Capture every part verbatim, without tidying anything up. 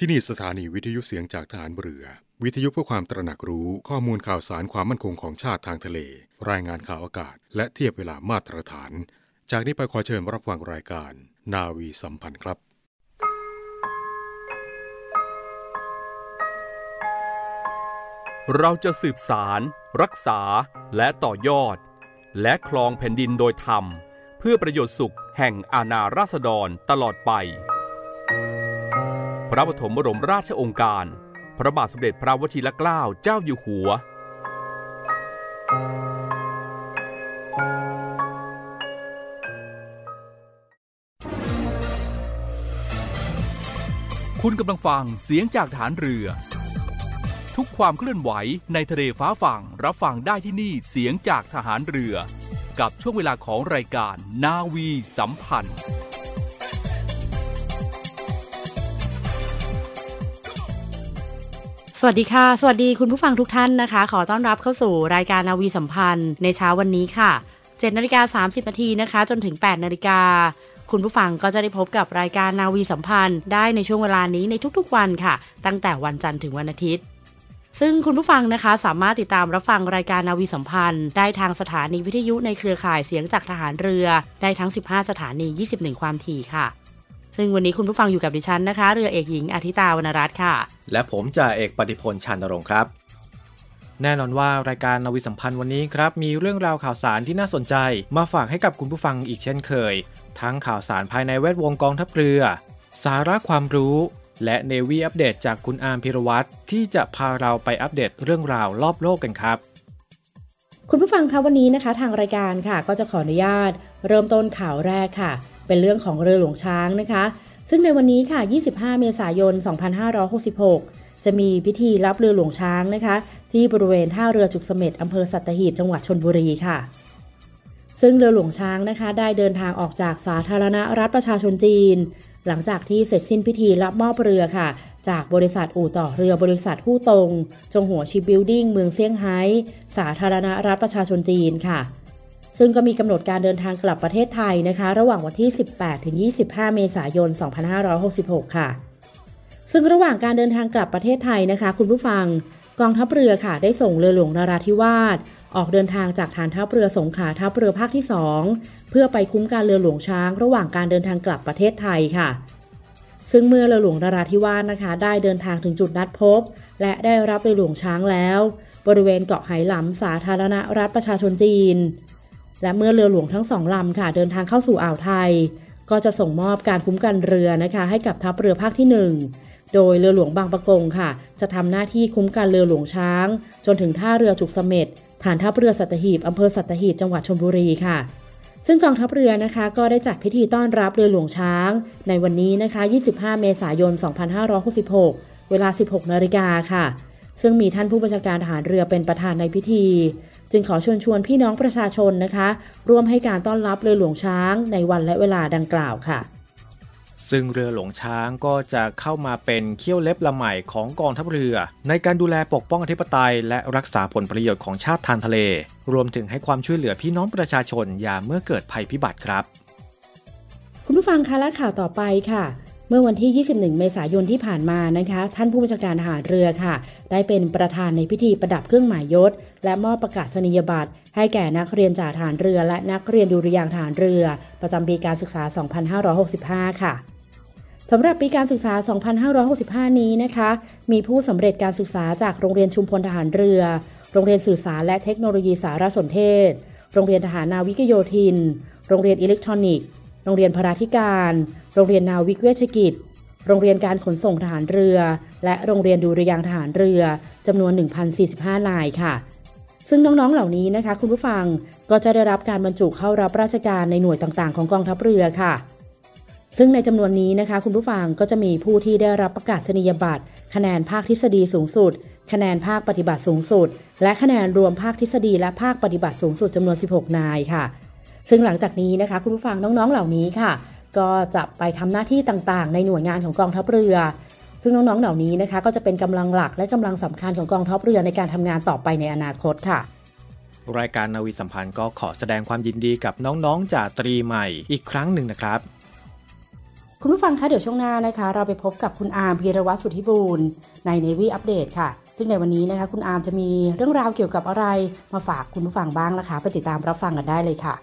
ที่นี่สถานีวิทยุเสียงจากทหารเรือวิทยุเพื่อความตระหนักรู้ข้อมูลข่าวสารความมั่นคงของชาติทางทะเลรายงานข่าวอากาศและเทียบเวลามาตรฐานจากนี้ไปขอเชิญรับฟังรายการนาวีสัมพันธ์ครับเราจะสืบสารรักษาและต่อยอดและครองแผ่นดินโดยธรรมเพื่อประโยชน์สุขแห่งอาณาราษฎรตลอดไปพระปฐมบรมราชโองการพระบาทสมเด็จพระวชิรเกล้าเจ้าอยู่หัวคุณกำลังฟังเสียงจากฐานเรือทุกความเคลื่อนไหวในทะเลฟ้าฝั่งรับฟังได้ที่นี่เสียงจากทหารเรือกับช่วงเวลาของรายการนาวีสัมพันธ์สวัสดีค่ะสวัสดีคุณผู้ฟังทุกท่านนะคะขอต้อนรับเข้าสู่รายการนาวีสัมพันธ์ในเช้าวันนี้ค่ะ เจ็ดนาฬิกาสามสิบนาทีนะคะจนถึง แปดนาฬิกาคุณผู้ฟังก็จะได้พบกับรายการนาวีสัมพันธ์ได้ในช่วงเวลานี้ในทุกๆวันค่ะตั้งแต่วันจันทร์ถึงวันอาทิตย์ซึ่งคุณผู้ฟังนะคะสามารถติดตามรับฟังรายการนาวีสัมพันธ์ได้ทางสถานีวิทยุในเครือข่ายเสียงจากทหารเรือได้ทั้งสิบห้าสถานียี่สิบเอ็ดความถี่ค่ะซึ่งวันนี้คุณผู้ฟังอยู่กับดิฉันนะคะเรือเอกหญิงอาทิตาวรรณรัตน์ค่ะและผมจ่าเอกปฏิพลชานรงค์ครับแน่นอนว่ารายการนาวีสัมพันธ์วันนี้ครับมีเรื่องราวข่าวสารที่น่าสนใจมาฝากให้กับคุณผู้ฟังอีกเช่นเคยทั้งข่าวสารภายในแวดวงกองทัพเรือสาระความรู้และเนวีอัปเดตจากคุณอาร์มพิรวัตรที่จะพาเราไปอัปเดตเรื่องราวรอบโลกกันครับคุณผู้ฟังคะวันนี้นะคะทางรายการค่ะก็จะขออนุญาตเริ่มต้นข่าวแรกค่ะเป็นเรื่องของเรือหลวงช้างนะคะซึ่งในวันนี้ค่ะยี่สิบห้าเมษายนสองพันห้าร้อยหกสิบหกจะมีพิธีรับเรือหลวงช้างนะคะที่บริเวณท่าเรือจุกเสม็ดอำเภอสัตหีบจังหวัดชลบุรีค่ะซึ่งเรือหลวงช้างนะคะได้เดินทางออกจากสาธารณรัฐประชาชนจีนหลังจากที่เสร็จสิ้นพิธีรับมอบเรือค่ะจากบริษัทอู่ต่อเรือบริษัทฮู่ตงจงหัวชิปบิลดิ้งเมืองเซี่ยงไฮ้สาธารณรัฐประชาชนจีนค่ะซึ่งก็มีกำหนดการเดินทางกลับประเทศไทยนะคะระหว่างวันที่สิบแปดถึงยี่สิบห้าเมษายนสองพันห้าร้อยหกสิบหกค่ะซึ่งระหว่างการเดินทางกลับประเทศไทยนะคะคุณผู้ฟังกองทัพเรือค่ะได้ส่งเรือหลวงนราธิวาสออกเดินทางจากฐานทัพเรือสงขลาทัพเรือภาคที่สองเพื่อไปคุ้มการเรือหลวงช้างระหว่างการเดินทางกลับประเทศไทยค่ะซึ่งเมื่อเรือหลวงนราธิวาสนะคะได้เดินทางถึงจุดนัดพบและได้รับเรือหลวงช้างแล้วบริเวณเกาะไหหลำสาธารณรัฐประชาชนจีนและเมื่อเรือหลวงทั้งสองลำค่ะเดินทางเข้าสู่อ่าวไทยก็จะส่งมอบการคุ้มกันเรือนะคะให้กับทัพเรือภาคที่หนึ่งโดยเรือหลวงบางปะกงค่ะจะทำหน้าที่คุ้มกันเรือหลวงช้างจนถึงท่าเรือจุกเสม็ดฐานทัพเรือสัตหีบอำเภอสัตหีบจังหวัดชลบุรีค่ะซึ่งกองทัพเรือนะคะก็ได้จัดพิธีต้อนรับเรือหลวงช้างในวันนี้นะคะยี่สิบห้าเมษายนสองพันห้าร้อยหกสิบหกเวลา สิบหกนาฬิกาค่ะซึ่งมีท่านผู้บัญชาการทหารเรือเป็นประธานในพิธีจึงขอเชิญชวนพี่น้องประชาชนนะคะร่วมให้การต้อนรับเรือหลวงช้างในวันและเวลาดังกล่าวค่ะซึ่งเรือหลวงช้างก็จะเข้ามาเป็นเขี้ยวเล็บลำใหม่ของกองทัพเรือในการดูแลปกป้องอธิปไตยและรักษาผลประโยชน์ของชาติทางทะเลรวมถึงให้ความช่วยเหลือพี่น้องประชาชนยามเมื่อเกิดภัยพิบัติครับคุณผู้ฟังคะและข่าวต่อไปค่ะเมื่อวันที่ยี่สิบเอ็ดเมษายนที่ผ่านมานะคะท่านผู้บัญชาการทหารเรือค่ะได้เป็นประธานในพิธีประดับเครื่องหมายยศและมอบประกาศนียบัตรให้แก่นักเรียนจ่าทหารเรือและนักเรียนดุริยางค์ทหารเรือประจำปีการศึกษาสองพันห้าร้อยหกสิบห้าค่ะสำหรับปีการศึกษาสองพันห้าร้อยหกสิบห้านี้นะคะมีผู้สำเร็จการศึกษาจากโรงเรียนชุมพลทหารเรือโรงเรียนสื่อสารและเทคโนโลยีสารสนเทศโรงเรียนทหารนาวิกโยธินโรงเรียนอิเล็กทรอนิกส์โรงเรียนพราธิการโรงเรียนนาวิกเวชกิจโรงเรียนการขนส่งทหารเรือและโรงเรียนดุริยางค์ทหารเรือจำนวน หนึ่งพันสี่สิบห้า นายค่ะซึ่งน้องๆเหล่านี้นะคะคุณผู้ฟังก็จะได้รับการบรรจุเข้ารับราชการในหน่วยต่างๆของกองทัพเรือค่ะซึ่งในจำนวนนี้นะคะคุณผู้ฟังก็จะมีผู้ที่ได้รับประกาศนียบัตรคะแนนภาคทฤษฎีสูงสุดคะแนนภาคปฏิบัติสูงสุดและคะแนนรวมภาคทฤษฎีและภาคปฏิบัติสูงสุดจำนวนสิบหกนายค่ะซึ่งหลังจากนี้นะคะคุณผู้ฟังน้องๆเหล่านี้ค่ะก็จะไปทำหน้าที่ต่างๆในหน่วยงานของกองทัพเรือซึ่งน้องๆเหล่านี้นะคะก็จะเป็นกำลังหลักและกำลังสำคัญของกองทัพเรือในการทำงานต่อไปในอนาคตค่ะรายการนาวีสัมพันธ์ก็ขอแสดงความยินดีกับน้องๆจ่าตรีใหม่อีกครั้งหนึ่งนะครับคุณผู้ฟังคะเดี๋ยวช่วงหน้านะคะเราไปพบกับคุณอาร์มพีรวัตรสุทธิบูรณ์ใน Navy Update ค่ะซึ่งในวันนี้นะคะคุณอาร์มจะมีเรื่องราวเกี่ยวกับอะไรมาฝากคุณผู้ฟังบ้างนะคะไปติดตามรับฟังกันได้เลยค่ะ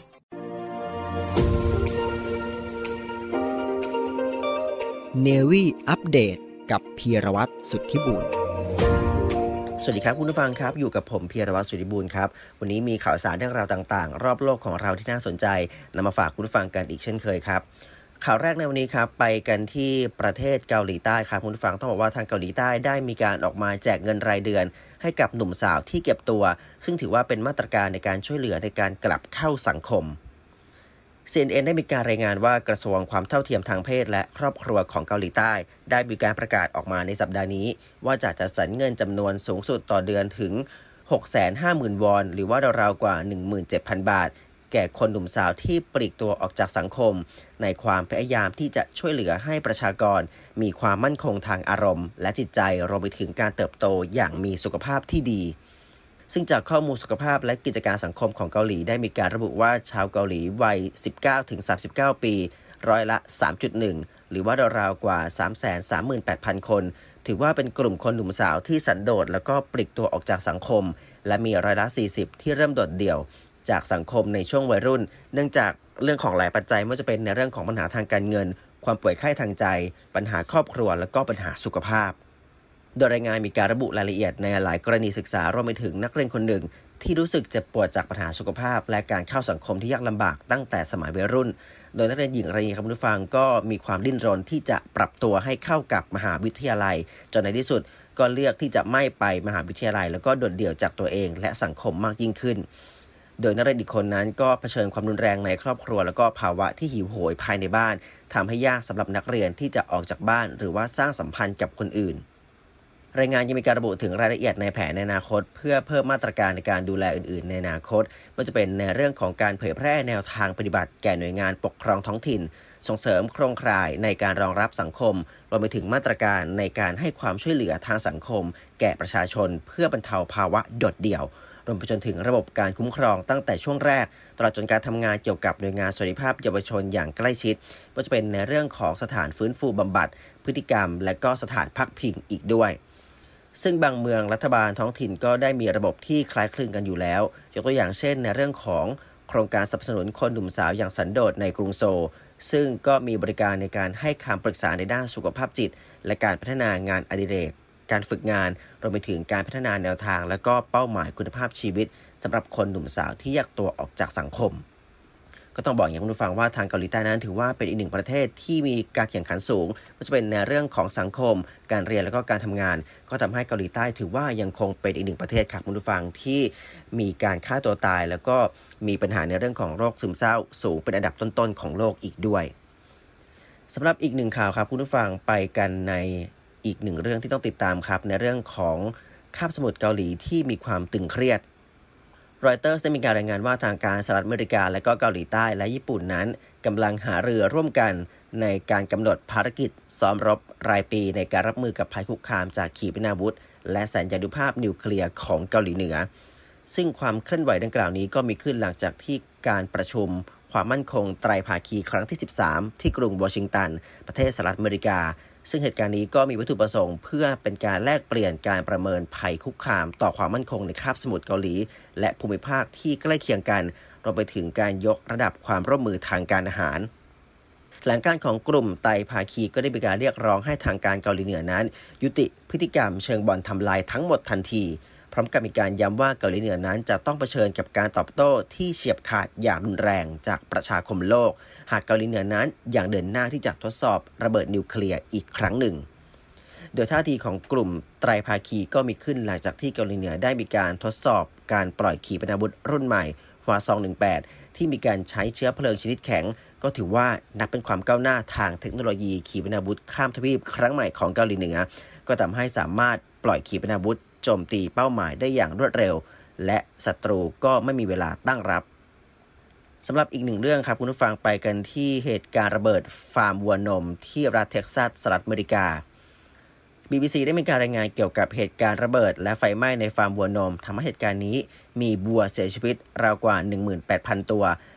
Navy Update กับพีรวัตรสุทธิบูรณ์สวัสดีครับคุณผู้ฟังครับอยู่กับผมพีรวัตรสุทธิบูรณ์ครับวันนี้มีข่าวสารเรื่องราวต่างๆรอบโลกของเราที่น่าสนใจนำมาฝากคุณผู้ฟังกันอีกเช่นเคยครับข่าวแรกในวันนี้ครับไปกันที่ประเทศเกาหลีใต้ครับคุณผู้ฟังต้องบอกว่าทางเกาหลีใต้ได้มีการออกมาแจกเงินรายเดือนให้กับหนุ่มสาวที่เก็บตัวซึ่งถือว่าเป็นมาตรการในการช่วยเหลือในการกลับเข้าสังคม ซี เอ็น เอ็น ได้มีการรายงานว่ากระทรวงความเท่าเทียมทางเพศและครอบครัวของเกาหลีใต้ได้มีการประกาศออกมาในสัปดาห์นี้ว่าจะจัดสรรเงินจำนวนสูงสุดต่อเดือนถึง หกแสนห้าหมื่น วอนหรือว่าราวๆกว่า หนึ่งหมื่นเจ็ดพัน บาทแก่คนหนุ่มสาวที่ปลีกตัวออกจากสังคมในความพยายามที่จะช่วยเหลือให้ประชากรมีความมั่นคงทางอารมณ์และจิตใจรวมไปถึงการเติบโตอย่างมีสุขภาพที่ดีซึ่งจากข้อมูลสุขภาพและกิจการสังคมของเกาหลีได้มีการระบุว่าชาวเกาหลีวัย สิบเก้าถึงสามสิบเก้า ปีร้อยละ สามจุดหนึ่ง หรือว่าราวๆกว่า สามแสนสามหมื่นแปดพัน คนถือว่าเป็นกลุ่มคนหนุ่มสาวที่สันโดษแล้วก็ปลีกตัวออกจากสังคมและมีร้อยละ สี่สิบ ที่เริ่มโดดเดี่ยวจากสังคมในช่วงวัยรุ่นเนื่องจากเรื่องของหลายปัจจัยไม่ว่าจะเป็นในเรื่องของปัญหาทางการเงินความป่วยไข้ทางใจปัญหาครอบครัวและก็ปัญหาสุขภาพโดยรายงานมีการระบุรายละเอียดในหลายกรณีศึกษารวมไปถึงนักเรียนคนหนึ่งที่รู้สึกเจ็บปวดจากปัญหาสุขภาพและการเข้าสังคมที่ยากลำบากตั้งแต่สมัยวัยรุ่นโดยนักเรียนหญิงรายนี้ครับคุณผู้ฟังก็มีความดิ้นรนที่จะปรับตัวให้เข้ากับมหาวิทยาลัยจนในที่สุดก็เลือกที่จะไม่ไปมหาวิทยาลัยแล้วก็โดดเดี่ยวจากตัวเองและสังคมมากยิ่งขึ้นโดยนักเรียนอีกคนนั้นก็เผชิญความรุนแรงในครอบครัวแล้วก็ภาวะที่หิวโหยภายในบ้านทำให้ยากสำหรับนักเรียนที่จะออกจากบ้านหรือว่าสร้างสัมพันธ์กับคนอื่นรายงานยังมีการระบุถึงรายละเอียดในแผนในอนาคตเพื่อเพิ่มมาตรการในการดูแลอื่นๆในอนาคตไม่ว่าจะเป็นในเรื่องของการเผยแพร่แนวทางปฏิบัติแก่หน่วยงานปกครองท้องถิ่นส่งเสริมโครงข่ายในการรองรับสังคมรวมไปถึงมาตรการในการให้ความช่วยเหลือทางสังคมแก่ประชาชนเพื่อบรรเทาภาวะโดดเดี่ยวรวมไปจนถึงระบบการคุ้มครองตั้งแต่ช่วงแรกตลอดจนการทำงานเกี่ยวกับหน่วยงานสวัสดิภาพเยาวชนอย่างใกล้ชิดไม่ว่าจะเป็นในเรื่องของสถานฟื้นฟูบำบัดพฤติกรรมและก็สถานพักพิงอีกด้วยซึ่งบางเมืองรัฐบาลท้องถิ่นก็ได้มีระบบที่คล้ายคลึงกันอยู่แล้วยกตัวอย่างเช่นในเรื่องของโครงการสนับสนุนคนหนุ่มสาวอย่างสันโดษในกรุงโซลซึ่งก็มีบริการในการให้คำปรึกษาในด้านสุขภาพจิตและการพัฒนางานอดิเรกการฝึกงานรวมไปถึงการพัฒนาแนวทางและก็เป้าหมายคุณภาพชีวิตสำหรับคนหนุ่มสาวที่แยกตัวออกจากสังคมก็ต้องบอกอย่างคุณผู้ฟังว่าทางเกาหลีใต้นั้นถือว่าเป็นอีกหนึ่งประเทศที่มีการแข่งขันสูงไม่ว่าจะเป็นในเรื่องของสังคมการเรียนและก็การทำงานก็ทำให้เกาหลีใต้ถือว่ายังคงเป็นอีกหนึ่งประเทศครับคุณผู้ฟังที่มีการฆ่าตัวตายแล้วก็มีปัญหาในเรื่องของโรคซึมเศร้าสูงเป็นอันดับต้นๆของโลกอีกด้วยสำหรับอีกหนึ่งข่าวครับคุณผู้ฟังไปกันในอีกหนึ่งเรื่องที่ต้องติดตามครับในเรื่องของคาบสมุทรเกาหลีที่มีความตึงเครียดรอยเตอร์สได้มีการรายงานว่าทางการสหรัฐอเมริกาและก็เกาหลีใต้และญี่ปุ่นนั้นกำลังหารือร่วมกันในการกำหนดภารกิจซ้อมรบรายปีในการรับมือกับภัยคุกคามจากขีปนาวุธและสัญญานุภาพนิวเคลียร์ของเกาหลีเหนือซึ่งความเคลื่อนไหวดังกล่าวนี้ก็มีขึ้นหลังจากที่การประชุมความมั่นคงไตรภาคีครั้งที่สิบสามที่กรุงวอชิงตันประเทศสหรัฐอเมริกาซึ่งเหตุการณ์นี้ก็มีวัตถุประสงค์เพื่อเป็นการแลกเปลี่ยนการประเมินภัยคุกคามต่อความมั่นคงในคาบสมุทรเกาหลีและภูมิภาคที่ใกล้เคียงกันรวมไปถึงการยกระดับความร่วมมือทางการอาหารหลังการของกลุ่มไตรภาคีก็ได้มีการเรียกร้องให้ทางการเกาหลีเหนือนั้นยุติพฤติกรรมเชิงบ่อนทำลายทั้งหมดทันทีพร้อมกับมีการย้ำว่าเกาหลีเหนือนั้นจะต้องเผชิญกับการตอบโต้ที่เฉียบขาดอย่างรุนแรงจากประชาคมโลกหากเกาหลีเหนือนั้นอย่างเดินหน้าที่จะทดสอบระเบิดนิวเคลียร์อีกครั้งหนึ่งโดยท่าทีของกลุ่มไตรภาคีก็มีขึ้นหลังจากที่เกาหลีเหนือได้มีการทดสอบการปล่อยขีปนาวุธรุ่นใหม่ฮวาซองหนึ่งแปดที่มีการใช้เชื้อเพลิงชนิดแข็งก็ถือว่านับเป็นความก้าวหน้าทางเทคโนโลยีขีปนาวุธข้ามทวีปครั้งใหม่ของเกาหลีเหนือก็ทำให้สามารถปล่อยขีปนาวุธโจมตีเป้าหมายได้อย่างรวดเร็วและศัตรูก็ไม่มีเวลาตั้งรับสำหรับอีกหนึ่งเรื่องครับคุณผู้ฟังไปกันที่เหตุการณ์ระเบิดฟาร์มวัวนมที่รัฐเท็กซัสสหรัฐอเมริกา บี บี ซี ได้มีการรายงานเกี่ยวกับเหตุการณ์ระเบิดและไฟไหม้ในฟาร์มวัวนมทำให้เหตุการณ์นี้มีวัวเสียชีวิตราวกว่า หนึ่งหมื่นแปดพัน ตัวและ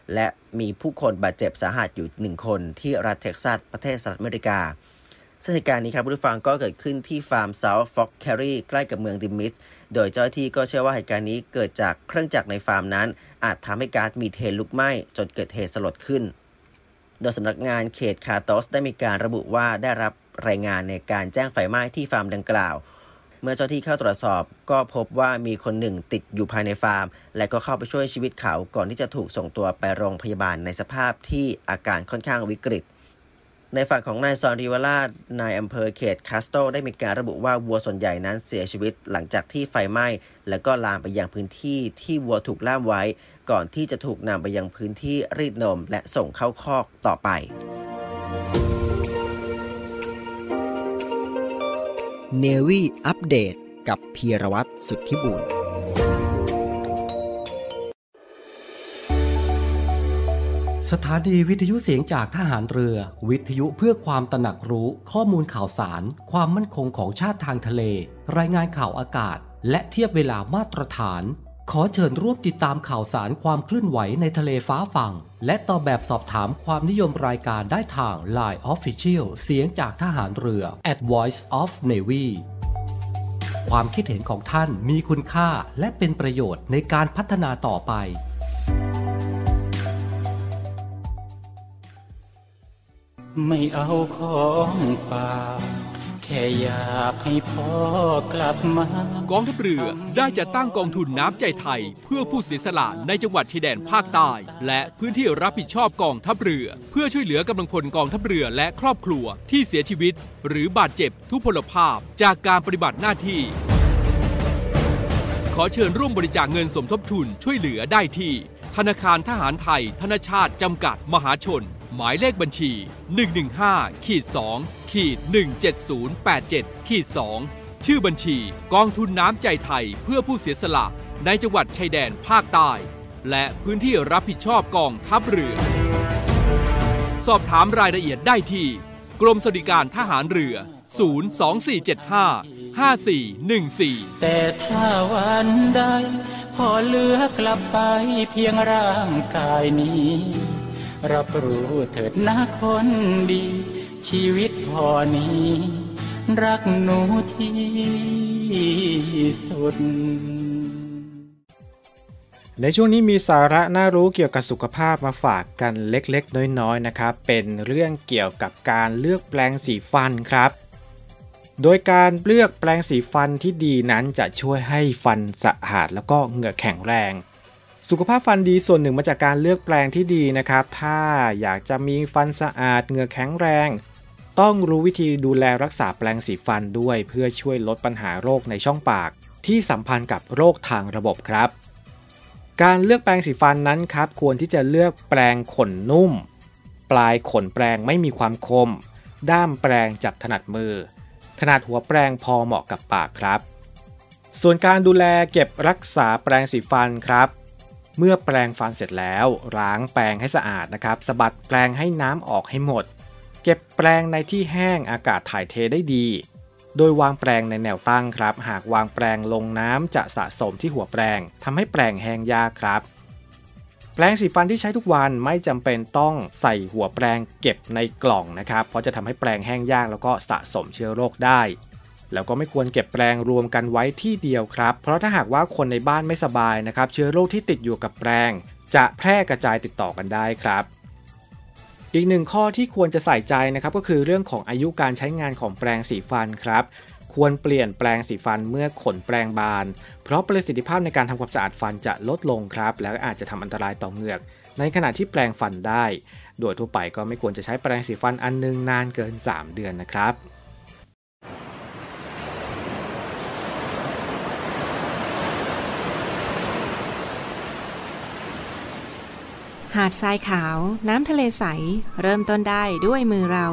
มีผู้คนบาดเจ็บสาหัสอยู่หนึ่งคนที่รัฐเท็กซัสประเทศสหรัฐอเมริกาสถานการณ์นี้ครับผู้ฟังก็เกิดขึ้นที่ฟาร์ม South Fox Carry ใกล้กับเมืองดิมิสโดยเจ้าหน้าที่ก็เชื่อว่าเหตุการณ์นี้เกิดจากเครื่องจักรในฟาร์มนั้นอาจทำให้ก๊าซมีเทนลุกไหม้จนเกิดเหตุสลดขึ้นโดยสำนักงานเขตคาร์โตสได้มีการระบุว่าได้รับรายงานในการแจ้งไฟไหม้ที่ฟาร์มดังกล่าวเมื่อเจ้าหน้าที่เข้าตรวจสอบก็พบว่ามีคนหนึ่งติดอยู่ภายในฟาร์มและก็เข้าไปช่วยชีวิตเขาก่อนที่จะถูกส่งตัวไปโรงพยาบาลในสภาพที่อาการค่อนข้างวิกฤตในฝั่งของนายซอนริวาลานายอำเภอเขตคาสโตได้มีการระบุว่าวัวส่วนใหญ่นั้นเสียชีวิตหลังจากที่ไฟไหม้แล้วก็ลามไปยังพื้นที่ที่วัวถูกล่ามไว้ก่อนที่จะถูกนำไปยังพื้นที่รีดนมและส่งเข้าคอกต่อไปเนวี่อัปเดตกับพีรวัตรสุทธิบุญสถานีวิทยุเสียงจากทหารเรือวิทยุเพื่อความตระหนักรู้ข้อมูลข่าวสารความมั่นคงของชาติทางทะเลรายงานข่าวอากาศและเทียบเวลามาตรฐานขอเชิญร่วมติดตามข่าวสารความเคลื่อนไหวในทะเลฟ้าฝั่งและตอบแบบสอบถามความนิยมรายการได้ทาง ไลน์ Official เสียงจากทหารเรือ แอท voice of navy ความคิดเห็นของท่านมีคุณค่าและเป็นประโยชน์ในการพัฒนาต่อไปไม่เอาของฝากแค่อยากให้พ่อกลับมากองทัพเรือได้จัดตั้งกองทุนน้ำใจไทยเพื่อผู้เสียสละในจังหวัดชายแดนภาคใต้และพื้นที่รับผิดชอบกองทัพเรือเพื่อช่วยเหลือกำลังพลกองทัพเรือและครอบครัวที่เสียชีวิตหรือบาดเจ็บทุพพลภาพจากการปฏิบัติหน้าที่ขอเชิญร่วมบริจาคเงินสมทบทุนช่วยเหลือได้ที่ธนาคารทหารไทยธนชาติจำกัดมหาชนหมายเลขบัญชี หนึ่ง หนึ่ง ห้า สอง หนึ่ง เจ็ด ศูนย์ แปด เจ็ด สอง ชื่อบัญชีกองทุนน้ำใจไทยเพื่อผู้เสียสละในจังหวัดชายแดนภาคใต้และพื้นที่รับผิดชอบกองทัพเรือสอบถามรายละเอียดได้ที่กรมสวัสดิการทหารเรือ ศูนย์ สอง สี่ เจ็ด ห้า ห้า สี่ หนึ่ง สี่แต่ถ้าวันใดพอเหลือกลับไปเพียงร่างกายนี้รับรู้เถิดนะคนดีชีวิตพอนี้รักหนูที่สุดในช่วงนี้มีสาระน่ารู้เกี่ยวกับสุขภาพมาฝากกันเล็กๆน้อยๆนะครับเป็นเรื่องเกี่ยวกับการเลือกแปรงสีฟันครับโดยการเลือกแปรงสีฟันที่ดีนั้นจะช่วยให้ฟันสะอาดแล้วก็เหงือกแข็งแรงสุขภาพฟันดีส่วนหนึ่งมาจากการเลือกแปรงที่ดีนะครับถ้าอยากจะมีฟันสะอาดเหงือกแข็งแรงต้องรู้วิธีดูแลรักษาแปรงสีฟันด้วยเพื่อช่วยลดปัญหาโรคในช่องปากที่สัมพันธ์กับโรคทางระบบครับการเลือกแปรงสีฟันนั้นครับควรที่จะเลือกแปรงขนนุ่มปลายขนแปรงไม่มีความคมด้ามแปรงจับถนัดมือขนาดหัวแปรงพอเหมาะกับปากครับส่วนการดูแลเก็บรักษาแปรงสีฟันครับเมื่อแปรงฟันเสร็จแล้วล้างแปรงให้สะอาดนะครับสะบัดแปรงให้น้ำออกให้หมดเก็บแปรงในที่แห้งอากาศถ่ายเทได้ดีโดยวางแปรงในแนวตั้งครับหากวางแปรงลงน้ำจะสะสมที่หัวแปรงทำให้แปรงแห้งยากครับแปรงสีฟันที่ใช้ทุกวันไม่จำเป็นต้องใส่หัวแปรงเก็บในกล่องนะครับเพราะจะทำให้แปรงแห้งยากแล้วก็สะสมเชื้อโรคได้แล้วก็ไม่ควรเก็บแปรงรวมกันไว้ที่เดียวครับเพราะถ้าหากว่าคนในบ้านไม่สบายนะครับเชื้อโรคที่ติดอยู่กับแปรงจะแพร่กระจายติดต่อกันได้ครับอีกหนึ่งข้อที่ควรจะใส่ใจนะครับก็คือเรื่องของอายุการใช้งานของแปรงสีฟันครับควรเปลี่ยนแปรงสีฟันเมื่อขนแปรงบานเพราะประสิทธิภาพในการทำความสะอาดฟันจะลดลงครับแล้วอาจจะทำอันตรายต่อเหงือกในขณะที่แปรงฟันได้โดยทั่วไปก็ไม่ควรจะใช้แปรงสีฟันอันนึงนานเกินสามเดือนนะครับหาดทรายขาวน้ำทะเลใสเริ่มต้นได้ด้วยมือเรา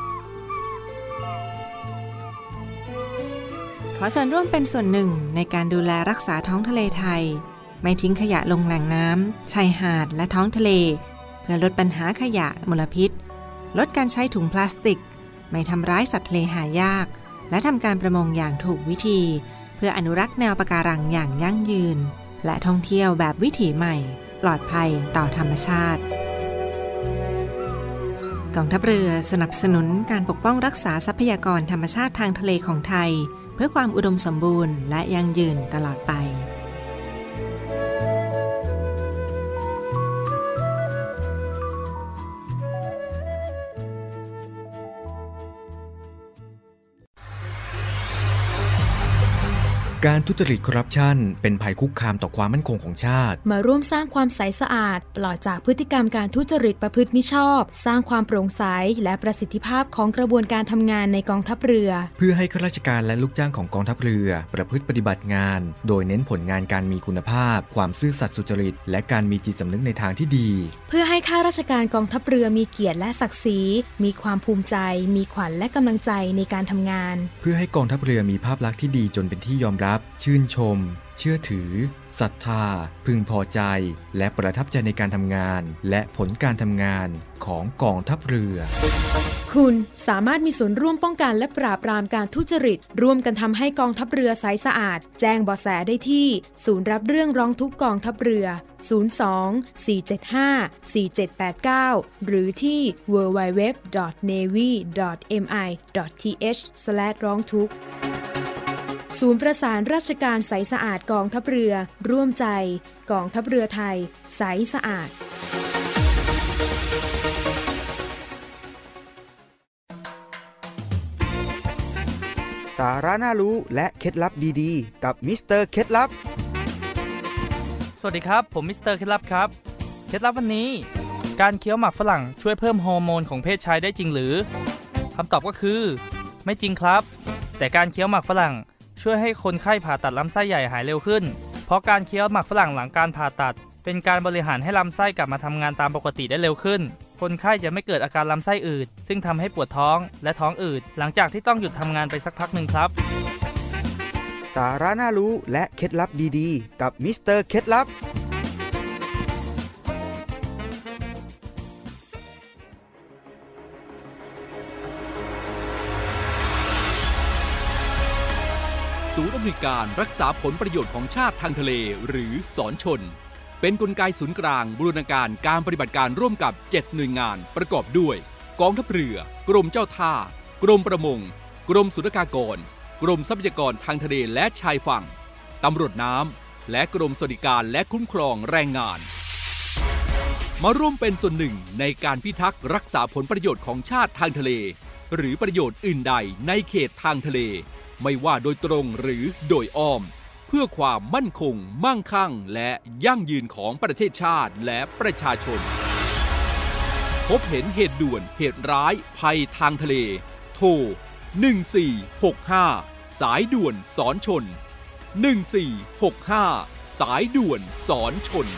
ขอส่วนร่วมเป็นส่วนหนึ่งในการดูแลรักษาท้องทะเลไทยไม่ทิ้งขยะลงแหล่งน้ำชายหาดและท้องทะเลเพื่อลดปัญหาขยะมลพิษลดการใช้ถุงพลาสติกไม่ทำร้ายสัตว์ทะเลหายากและทำการประมงอย่างถูกวิธีเพื่ออนุรักษ์แนวปะการังอย่างยั่งยืนและท่องเที่ยวแบบวิถีใหม่ปลอดภัยต่อธรรมชาติกองทัพเรือสนับสนุนการปกป้องรักษาทรัพยากรธรรมชาติทางทะเลของไทยเพื่อความอุดมสมบูรณ์และยั่งยืนตลอดไปการทุจริตคอร์รัปชันเป็นภัยคุกคามต่อความมั่นคงของชาติมาร่วมสร้างความใสสะอาดปลอดจากพฤติกรรมการทุจริตประพฤติมิชอบ สร้างความโปร่งใสและประสิทธิภาพของกระบวนการทำงานในกองทัพเรือเพื่อให้ข้าราชการและลูกจ้างของกองทัพเรือประพฤติปฏิบัติงานโดยเน้นผลงานการมีคุณภาพความซื่อสัตย์สุจริตและการมีจิตสำนึกในทางที่ดีเพื่อให้ข้าราชการกองทัพเรือมีเกียรติและศักดิ์ศรีมีความภูมิใจมีขวัญและกำลังใจในการทำงานเพื่อให้กองทัพเรือมีภาพลักษณ์ที่ดีจนเป็นที่ยอมรับชื่นชมเชื่อถือศรัทธาพึงพอใจและประทับใจในการทำงานและผลการทำงานของกองทัพเรือคุณสามารถมีส่วนร่วมป้องกันและปราบปรามการทุจริตร่วมกันทำให้กองทัพเรือใสสะอาดแจ้งเบาะแสได้ที่ศูนย์รับเรื่องร้องทุกข์กองทัพเรือศูนย์ สอง สี่ เจ็ด ห้า สี่ เจ็ด แปด เก้าหรือที่ ดับเบิลยู ดับเบิลยู ดับเบิลยู ดอท เนวี ดอท เอ็ม ไอ ดอท ที เอช สแลช ร้องทุกข์ศูนย์ประสานราชการใสสะอาดกองทัพเรือร่วมใจกองทัพเรือไทยใสสะอาดสาระน่ารู้และเคล็ดลับดีๆกับมิสเตอร์เคล็ดลับสวัสดีครับผมมิสเตอร์เคล็ดลับครับเคล็ดลับวันนี้การเคี้ยวหมากฝรั่งช่วยเพิ่มฮอร์โมนของเพศชายได้จริงหรือคำตอบก็คือไม่จริงครับแต่การเคี้ยวหมากฝรั่งช่วยให้คนไข้ผ่าตัดลำไส้ใหญ่หายเร็วขึ้นเพราะการเคี้ยวหมากฝรั่งหลังการผ่าตัดเป็นการบริหารให้ลำไส้กลับมาทำงานตามปกติได้เร็วขึ้นคนไข้จะไม่เกิดอาการลำไส้อืดซึ่งทำให้ปวดท้องและท้องอืดหลังจากที่ต้องหยุดทำงานไปสักพักหนึ่งครับสาระน่ารู้และเคล็ดลับดีๆกับมิสเตอร์เคล็ดลับศูนย์อำนวยการรักษาผลประโยชน์ของชาติทางทะเลหรือศรชนเป็นกลไกศูนย์กลางบูรณาการการปฏิบัติการร่วมกับเจ็ดหน่วยงานประกอบด้วยกองทัพเรือกรมเจ้าท่ากรมประมงกรมศุลกากรกรมทรัพยากรทางทะเลและชายฝั่งตำรวจน้ำและกรมสวัสดิการและคุ้มครองแรงงานมาร่วมเป็นส่วนหนึ่งในการพิทักษ์รักษาผลประโยชน์ของชาติทางทะเลหรือประโยชน์อื่นใดในเขตทางทะเลไม่ว่าโดยตรงหรือโดยอ้อมเพื่อความมั่นคงมั่งคั่งและยั่งยืนของประเทศชาติและประชาชนพบเห็นเหตุด่วนเหตุร้ายภัยทางทะเลโทรหนึ่งสี่หกห้าสายด่วนสอนชนหนึ่งสี่หกห้าสายด่วนสอนชน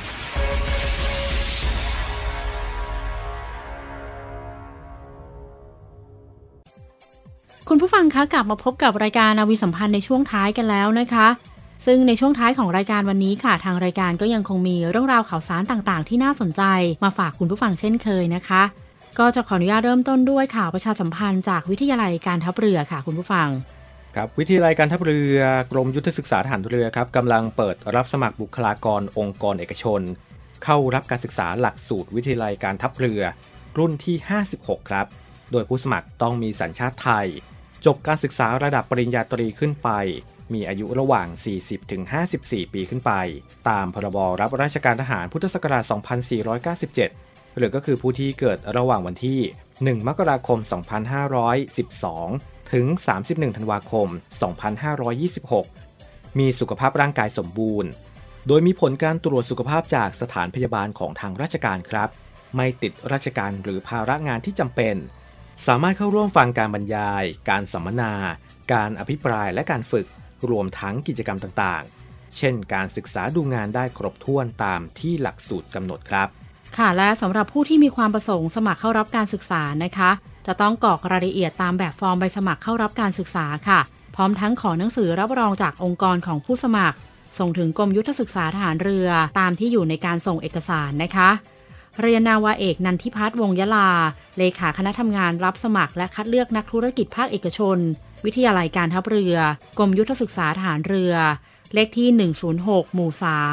คุณผู้ฟังคะกลับมาพบกับรายการนาวีสัมพันธ์ในช่วงท้ายกันแล้วนะคะซึ่งในช่วงท้ายของรายการวันนี้ค่ะทางรายการก็ยังคงมีเรื่องราวข่าวสารต่างๆที่น่าสนใจมาฝากคุณผู้ฟังเช่นเคยนะคะก็จะขออนุญาตเริ่มต้นด้วยข่าวประชาสัมพันธ์จากวิทยาลัยการทัพเรือค่ะคุณผู้ฟังครับวิทยาลัยการทัพเรือกรมยุทธศึกษาทหารเรือครับกำลังเปิดรับสมัครบุคลากรองค์กรเอกชนเข้ารับการศึกษาหลักสูตรวิทยาลัยการทัพเรือรุ่นที่ห้าสิบหกครับโดยผู้สมัครต้องมีสัญชาติไทยจบการศึกษาระดับปริญญาตรีขึ้นไปมีอายุระหว่าง สี่สิบถึงห้าสิบสี่ ปีขึ้นไปตามพรบรับราชการทหารพุทธศักราช สองพันสี่ร้อยเก้าสิบเจ็ด หรือก็คือผู้ที่เกิดระหว่างวันที่ หนึ่ง มกราคม สองพันห้าร้อยสิบสอง ถึง สามสิบเอ็ด ธันวาคม สองพันห้าร้อยยี่สิบหก มีสุขภาพร่างกายสมบูรณ์โดยมีผลการตรวจสุขภาพจากสถานพยาบาลของทางราชการครับไม่ติดราชการหรือภาระงานที่จำเป็นสามารถเข้าร่วมฟังการบรรยายการสัมมนาการอภิปรายและการฝึกรวมทั้งกิจกรรมต่างๆเช่นการศึกษาดูงานได้ครบถ้วนตามที่หลักสูตรกำหนดครับค่ะและสำหรับผู้ที่มีความประสงค์สมัครเข้ารับการศึกษานะคะจะต้องกรอกรายละเอียดตามแบบฟอร์มใบสมัครเข้ารับการศึกษาค่ะพร้อมทั้งขอหนังสือรับรองจากองค์กรของผู้สมัครส่งถึงกรมยุทธศึกษาทหารเรือตามที่อยู่ในการส่งเอกสารนะคะเรียนนาวาเอกนันทิพัฒน์วงศ์ยะลาเลขาคณะทำงานรับสมัครและคัดเลือกนักธุรกิจภาคเอกชนวิทยาลัยการทัพเรือกรมยุทธศึกษาทหารเรือเลขที่หนึ่งศูนย์หกหมู่สาม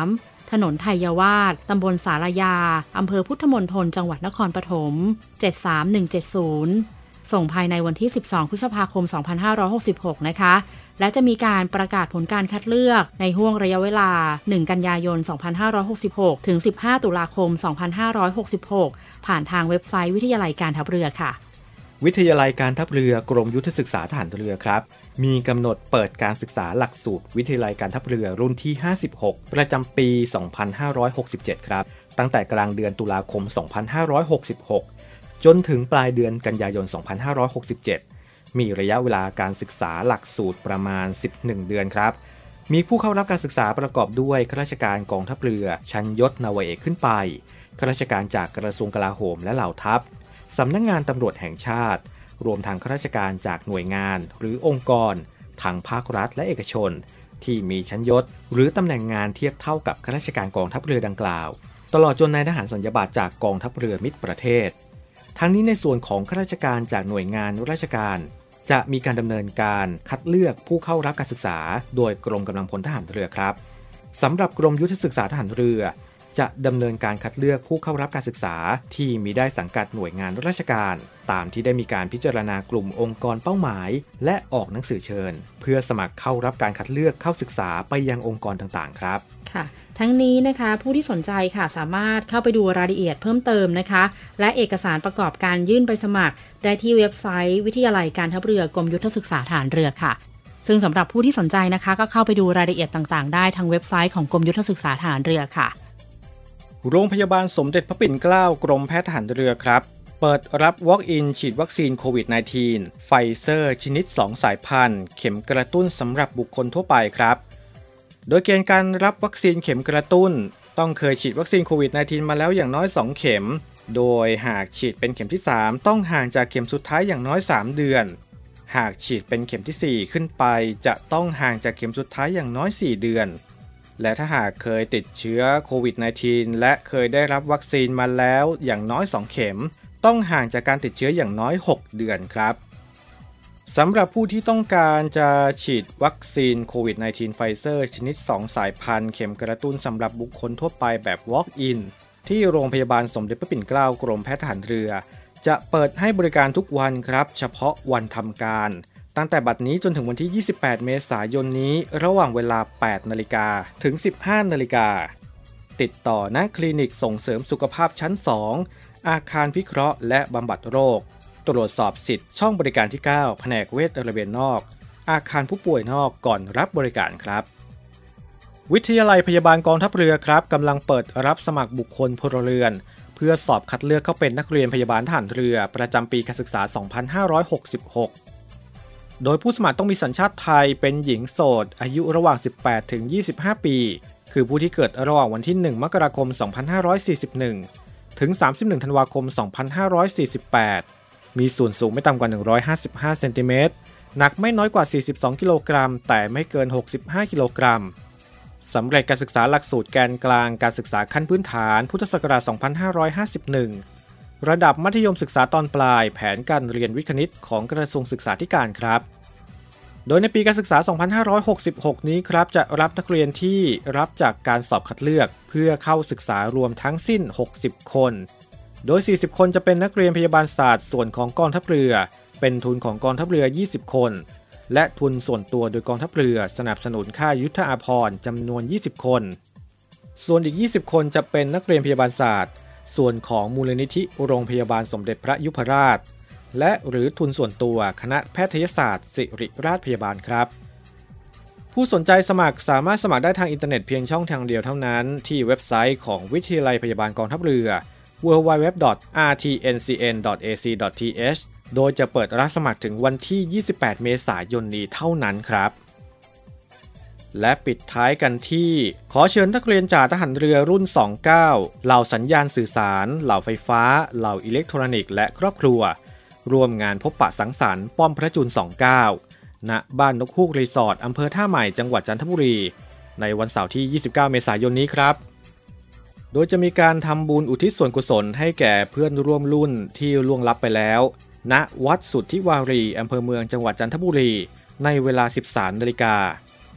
ถนนไทยวาสตำบลสารยาอำเภอพุทธมณฑลจังหวัดนครปฐมเจ็ดสามหนึ่งเจ็ดศูนย์ส่งภายในวันที่สิบสองพฤษภาคมสองพันห้าร้อยหกสิบหกนะคะและจะมีการประกาศผลการคัดเลือกในห้วงระยะเวลาหนึ่งกันยายนสองพันห้าร้อยหกสิบหกถึงสิบห้าตุลาคมสองพันห้าร้อยหกสิบหกผ่านทางเว็บไซต์วิทยาลัยการทัพเรือค่ะวิทยาลัยการทัพเรือกรมยุทธศึกษาทหารเรือครับมีกำหนดเปิดการศึกษาหลักสูตรวิทยาลัยการทัพเรือรุ่นที่ห้าสิบหกประจำปีสองพันห้าร้อยหกสิบเจ็ดครับตั้งแต่กลางเดือนตุลาคมสองพันห้าร้อยหกสิบหกจนถึงปลายเดือนกันยายนสองพันห้าร้อยหกสิบเจ็ดมีระยะเวลาการศึกษาหลักสูตรประมาณสิบเอ็ดเดือนครับมีผู้เข้ารับการศึกษาประกอบด้วยข้าราชการกองทัพเรือชั้นยศนาวาเอกขึ้นไปข้าราชการจากกระทรวงกลาโหมและเหล่าทัพสำนักงานตำรวจแห่งชาติรวมทั้งข้าราชการจากหน่วยงานหรือองค์กรทางภาครัฐและเอกชนที่มีชั้นยศหรือตำแหน่งงานเทียบเท่ากับข้าราชการกองทัพเรือดังกล่าวตลอดจนนายทหารสัญญาบัตรจากกองทัพเรือมิตรประเทศทั้งนี้ในส่วนของข้าราชการจากหน่วยงานราชการจะมีการดำเนินการคัดเลือกผู้เข้ารับการศึกษาโดยกรมกำลังพลทหารเรือครับสำหรับกรมยุทธศึกษาทหารเรือจะดำเนินการคัดเลือกผู้เข้ารับการศึกษาที่มีได้สังกัดหน่วยงานราชการตามที่ได้มีการพิจารณากลุ่มองค์กรเป้าหมายและออกหนังสือเชิญเพื่อสมัครเข้ารับการคัดเลือกเข้าศึกษาไปยังองค์กรต่างๆครับค่ะทั้งนี้นะคะผู้ที่สนใจค่ะสามารถเข้าไปดูรายละเอียดเพิ่มเติมนะคะและเอกสารประกอบการยื่นใบสมัครได้ที่เว็บไซต์วิทยาลัยการทัพเรือกรมยุทธศึกษาทหารเรือค่ะซึ่งสำหรับผู้ที่สนใจนะคะก็เข้าไปดูรายละเอียดต่างๆได้ทางเว็บไซต์ของกรมยุทธศึกษาทหารเรือค่ะโรงพยาบาลสมเด็จพระปิ่นเกล้ากรมแพทย์ทหารเรือครับเปิดรับ Walk-in ฉีดวัคซีนโควิด สิบเก้า ไฟเซอร์ชนิดสองสายพันธุ์เข็มกระตุ้นสำหรับบุคคลทั่วไปครับโดยเกณฑ์การรับวัคซีนเข็มกระตุ้นต้องเคยฉีดวัคซีนโควิด สิบเก้า มาแล้วอย่างน้อยสองเข็มโดยหากฉีดเป็นเข็มที่สามต้องห่างจากเข็มสุดท้ายอย่างน้อยสามเดือนหากฉีดเป็นเข็มที่สี่ขึ้นไปจะต้องห่างจากเข็มสุดท้ายอย่างน้อยสี่เดือนและถ้าหากเคยติดเชื้อโควิด สิบเก้า และเคยได้รับวัคซีนมาแล้วอย่างน้อยสองเข็มต้องห่างจากการติดเชื้ออย่างน้อยหกเดือนครับสำหรับผู้ที่ต้องการจะฉีดวัคซีนโควิด สิบเก้า ไฟเซอร์ชนิดสองสายพันธุ์เข็มกระตุ้นสำหรับบุคคลทั่วไปแบบ Walk-in ที่โรงพยาบาลสมเด็จพระปิ่นเกล้ากรมแพทย์ทหารเรือจะเปิดให้บริการทุกวันครับเฉพาะวันทำการตั้งแต่บัดนี้จนถึงวันที่ยี่สิบแปดเมษายนนี้ระหว่างเวลา แปดนาฬิกา ถึง สิบห้านาฬิกาติดต่อณคลินิกส่งเสริมสุขภาพชั้นสองอาคารพิเคราะห์และบำบัดโรคตรวจสอบสิทธิ์ช่องบริการที่เก้าแผนกเวชระเบียนนอกอาคารผู้ป่วยนอกก่อนรับบริการครับวิทยาลัยพยาบาลกองทัพเรือครับกำลังเปิดรับสมัครบุคคลพลเรือนเพื่อสอบคัดเลือกเข้าเป็นนักเรียนพยาบาลทหารเรือประจำปีการศึกษาสองพันห้าร้อยหกสิบหกโดยผู้สมัครต้องมีสัญชาติไทยเป็นหญิงโสดอายุระหว่างสิบแปดถึงยี่สิบห้าปีคือผู้ที่เกิดระหว่างวันที่หนึ่งมกราคมสองพันห้าร้อยสี่สิบเอ็ดถึงสามสิบเอ็ดธันวาคมสองพันห้าร้อยสี่สิบแปดมีส่วนสูงไม่ต่ำกว่าหนึ่งร้อยห้าสิบห้าเซนติเมตรหนักไม่น้อยกว่าสี่สิบสองกิโลกรัมแต่ไม่เกินหกสิบห้ากิโลกรัมสำเร็จการศึกษาหลักสูตรแกนกลางการศึกษาขั้นพื้นฐานพุทธศักราชสองพันห้าร้อยห้าสิบเอ็ดระดับมัธยมศึกษาตอนปลายแผนการเรียนวิทย์คณิตของกระทรวงศึกษาธิการครับโดยในปีการศึกษาสองพันห้าร้อยหกสิบหกนี้ครับจะรับนักเรียนที่รับจากการสอบคัดเลือกเพื่อเข้าศึกษารวมทั้งสิ้นหกสิบคนโดยสี่สิบคนจะเป็นนักเรียนพยาบาลศาสตร์ส่วนของกองทัพเรือเป็นทุนของกองทัพเรือยี่สิบคนและทุนส่วนตัวโดยกองทัพเรือสนับสนุนค่ายุทธอาภรณ์จำนวนยี่สิบคนส่วนอีกยี่สิบคนจะเป็นนักเรียนพยาบาลศาสตร์ส่วนของมูลนิธิโรงพยาบาลสมเด็จพระยุพราชและหรือทุนส่วนตัวคณะแพทยศาสตร์ศิริราชพยาบาลครับผู้สนใจสมัครสามารถสมัครได้ทางอินเทอร์เน็ตเพียงช่องทางเดียวเท่านั้นที่เว็บไซต์ของวิทยาลัยพยาบาลกองทัพเรือ ดับเบิลยู ดับเบิลยู ดับเบิลยู ดอท อาร์ ที เอ็น ซี เอ็น ดอท เอ ซี ดอท ที เอช โดยจะเปิดรับสมัครถึงวันที่ยี่สิบแปดเมษายนนี้เท่านั้นครับและปิดท้ายกันที่ขอเชิญนักเรียนจากทหารเรือรุ่นสองสิบเก้าเหล่าสัญญาณสื่อสารเหล่าไฟฟ้าเหล่าอิเล็กทรอนิกส์และครอบครัวร่วมงานพบปะสังสรรค์ป้อมพระจุลสองสิบเก้าณบ้านนกฮูกรีสอร์ทอำเภอท่าใหม่จังหวัดจันทบุรีในวันเสาร์ที่ยี่สิบเก้าเมษายนนี้ครับโดยจะมีการทำบุญอุทิศส่วนกุศลให้แก่เพื่อนร่วมรุ่นที่ล่วงลับไปแล้วณวัดสุทธิวารีอำเภอเมืองจังหวัดจันทบุรีในเวลา สิบสามนาฬิกา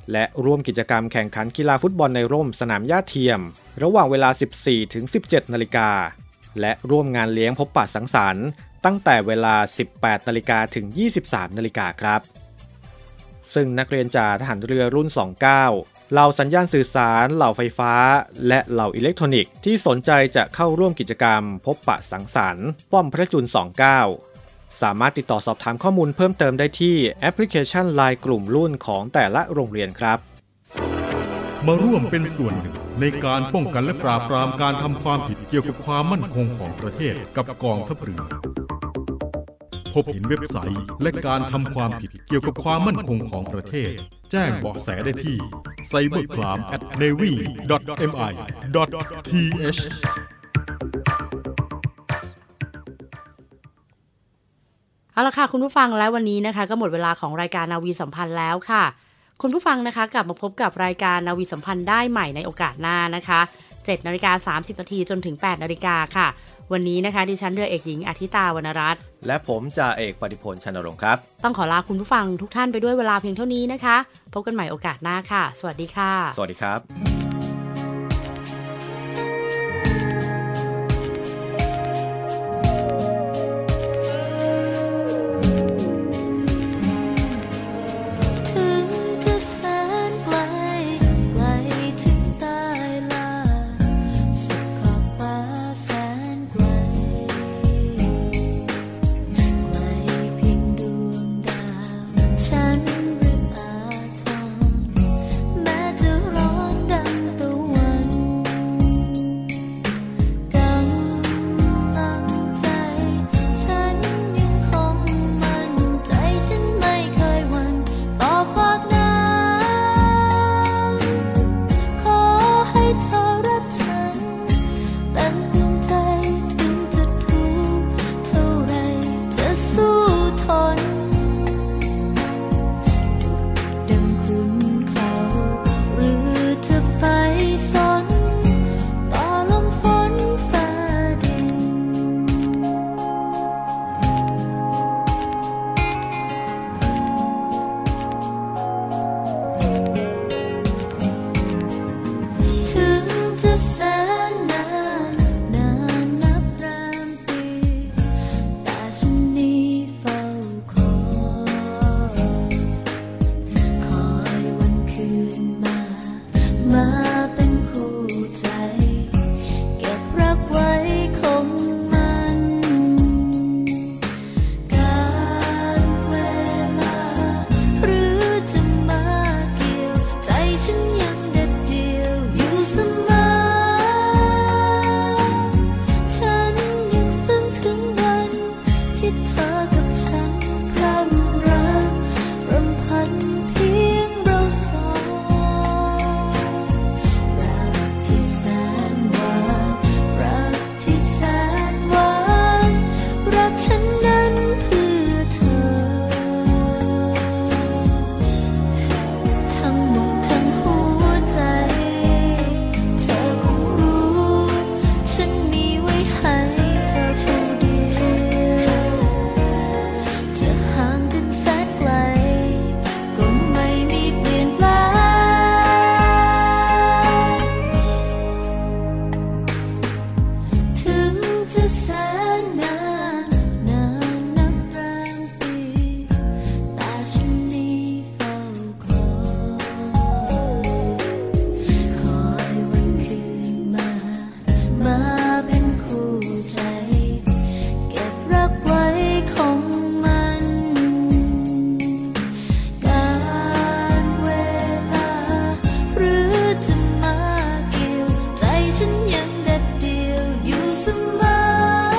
และร่วมกิจกรรมแข่งขันกีฬาฟุตบอลในร่มสนามหญ้าเทียมระหว่างเวลา สิบสี่ถึงสิบเจ็ด นาฬิกาและร่วมงานเลี้ยงพบปะสังสรรค์ตั้งแต่เวลา สิบแปด นาฬิกาถึง ยี่สิบสาม นาฬิกาครับซึ่งนักเรียนจากทหารเรือรุ่น สองสิบเก้า เหล่าสัญญาณสื่อสารเหล่าไฟฟ้าและเหล่าอิเล็กทรอนิกส์ที่สนใจจะเข้าร่วมกิจกรรมพบปะสังสรรค์ป้อมพระจุล สองสิบเก้า สามารถติดต่อสอบถามข้อมูลเพิ่มเติมได้ที่แอปพลิเคชัน ไลน์ กลุ่มรุ่นของแต่ละโรงเรียนครับมาร่วมเป็นส่วนหนึ่งในการป้องกันและปราบปรามการทำความผิดเกี่ยวกับความมั่นคงของประเทศกับกองทัพเรือพบเห็นเว็บไซต์และการทำความผิดเกี่ยวกับความมั่นคงของประเทศแจ้งเบาะแสได้ที่ ไซเบอร์คราม แอท เนวี ดอท เอ็ม ไอ ดอท ที เอชเอาละค่ะคุณผู้ฟังและวันนี้นะคะก็หมดเวลาของรายการนาวีสัมพันธ์แล้วค่ะคุณผู้ฟังนะคะกลับมาพบกับรายการนาวีสัมพันธ์ได้ใหม่ในโอกาสหน้านะคะ เจ็ดนาฬิกาสามสิบนาทีจนถึง แปดนาฬิกาค่ะวันนี้นะคะดิฉันเรือเอกหญิงอาทิตาวรรณรัตน์และผมจ่าเอกปฏิพล ชนรงค์ครับต้องขอลาคุณผู้ฟังทุกท่านไปด้วยเวลาเพียงเท่านี้นะคะพบกันใหม่โอกาสหน้าค่ะสวัสดีค่ะสวัสดีครับ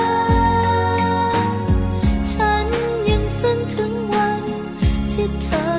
ที่เธอ